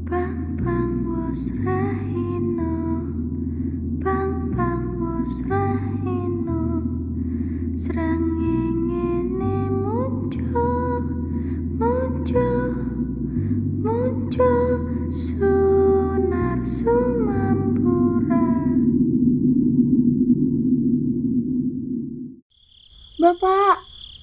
Bang bang wos rahino, bang bang wos rahino, srengenge muncul, muncul, muncul, sunar sumambura. Bapak,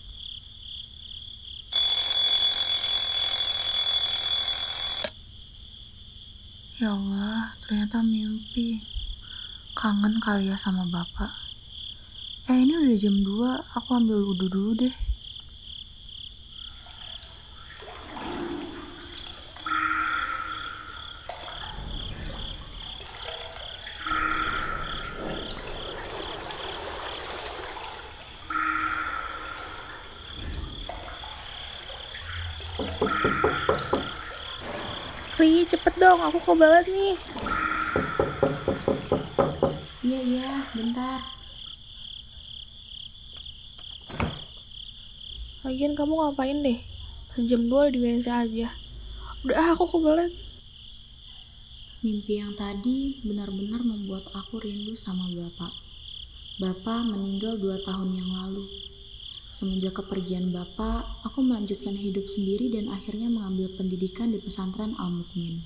Ya Allah, ternyata mimpi. Kangen kali ya sama bapak. Ini udah jam 2, aku ambil wudhu dulu deh. Ri, cepet dong, aku kebalat nih. Iya, bentar. Lagian kamu ngapain deh? Pas jam 2 di WC aja. Udah, aku kebalat. Mimpi yang tadi benar-benar membuat aku rindu sama Bapak. Bapak meninggal 2 tahun yang lalu. Semenjak kepergian Bapak, aku melanjutkan hidup sendiri dan akhirnya mengambil pendidikan di pesantren Al-Mukmin.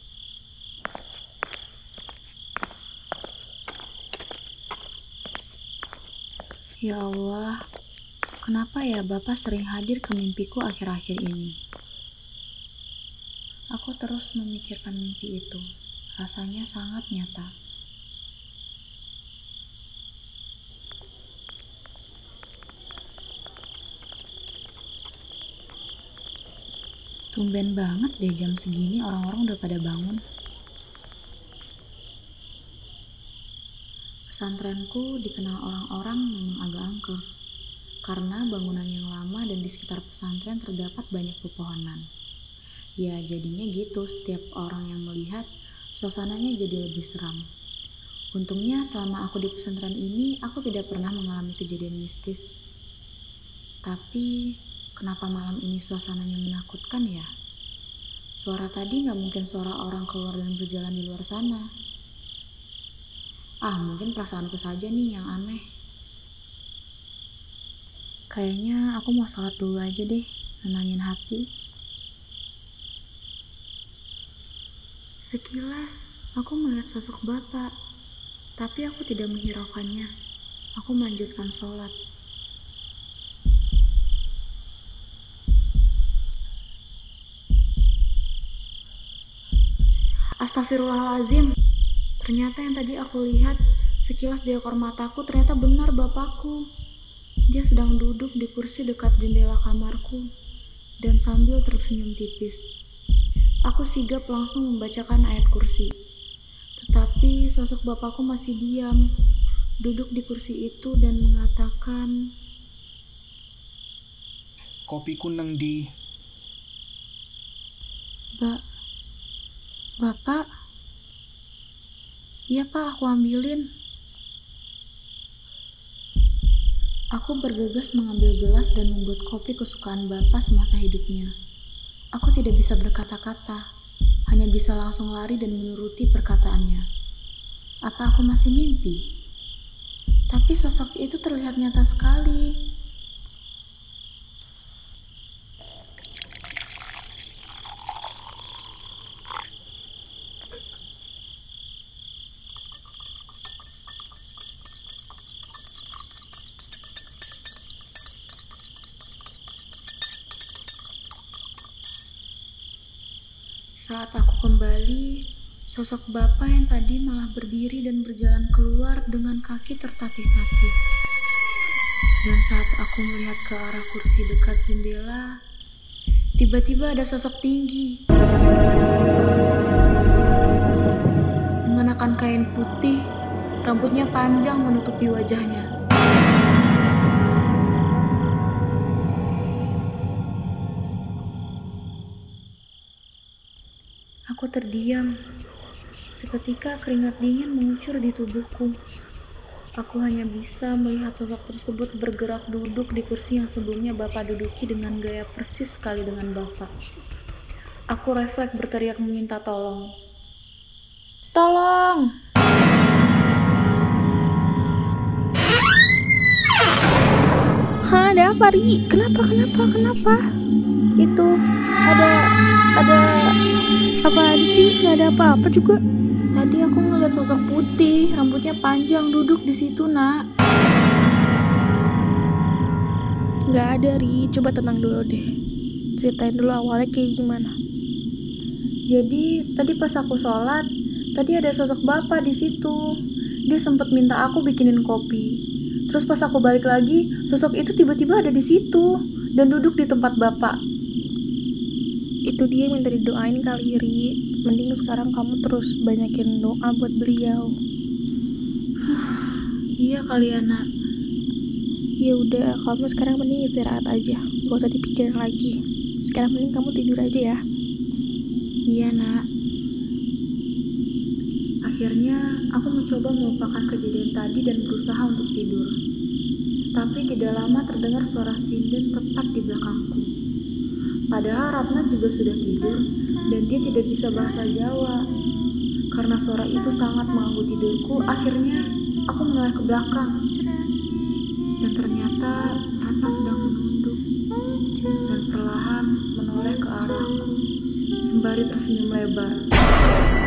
Ya Allah, kenapa ya Bapak sering hadir ke mimpiku akhir-akhir ini? Aku terus memikirkan mimpi itu. Rasanya sangat nyata. Tumben banget deh jam segini orang-orang udah pada bangun. Pesantrenku dikenal orang-orang memang agak angker, karena bangunan yang lama dan di sekitar pesantren terdapat banyak pepohonan. Ya jadinya gitu, setiap orang yang melihat, suasananya jadi lebih seram. Untungnya selama aku di pesantren ini, aku tidak pernah mengalami kejadian mistis. Tapi kenapa malam ini suasananya menakutkan ya? Suara tadi gak mungkin suara orang keluar dan berjalan di luar sana. Mungkin perasaanku saja nih yang aneh. Kayaknya aku mau sholat dulu aja deh, nenangin hati. Sekilas, aku melihat sosok Bapak, tapi aku tidak menghiraukannya. Aku melanjutkan sholat. Astagfirullahaladzim. Ternyata yang tadi aku lihat sekilas di ekor mataku ternyata benar Bapakku. Dia sedang duduk di kursi dekat jendela kamarku dan sambil tersenyum tipis. Aku sigap langsung membacakan ayat kursi. Tetapi sosok Bapakku masih diam, duduk di kursi itu dan mengatakan, "Kopiku nang di." Bapak? Iya Pak, aku ambilin. Aku bergegas mengambil gelas dan membuat kopi kesukaan Bapak semasa hidupnya. Aku tidak bisa berkata-kata, hanya bisa langsung lari dan menuruti perkataannya. Apa aku masih mimpi? Tapi sosok itu terlihat nyata sekali. Saat aku kembali, sosok Bapak yang tadi malah berdiri dan berjalan keluar dengan kaki tertatih-tatih. Dan saat aku melihat ke arah kursi dekat jendela, tiba-tiba ada sosok tinggi. Mengenakan kain putih, rambutnya panjang menutupi wajahnya. Aku terdiam. Seketika keringat dingin mengucur di tubuhku. Aku hanya bisa melihat sosok tersebut bergerak duduk di kursi yang sebelumnya Bapak duduki dengan gaya persis sekali dengan Bapak. Aku refleks berteriak meminta tolong. Tolong! Hah, ada apa, Ri? Kenapa? Itu ada apaan sih? Gak ada apa-apa juga. Tadi aku ngeliat sosok putih, rambutnya panjang, duduk di situ, Nak. Gak ada, Ri. Coba tenang dulu deh. Ceritain dulu awalnya kayak gimana. Jadi, tadi pas aku sholat, tadi ada sosok bapak di situ. Dia sempat minta aku bikinin kopi. Terus pas aku balik lagi, sosok itu tiba-tiba ada di situ dan duduk di tempat bapak. Itu dia minta didoain kali, Ri. Mending sekarang kamu terus banyakin doa buat beliau. Iya kali ya, Nak. Ya udah, kamu sekarang mending istirahat aja. Gak usah dipikirin lagi. Sekarang mending kamu tidur aja ya. Iya, Nak. Akhirnya, aku mencoba melupakan kejadian tadi dan berusaha untuk tidur. Tapi tidak lama terdengar suara sinden tepat di belakangku. Padahal Ratna juga sudah tidur dan dia tidak bisa bahasa Jawa. Karena suara itu sangat mengganggu tidurku, akhirnya aku menoleh ke belakang. Dan ternyata Ratna sedang menunduk dan perlahan menoleh ke arahku sembari tersenyum lebar.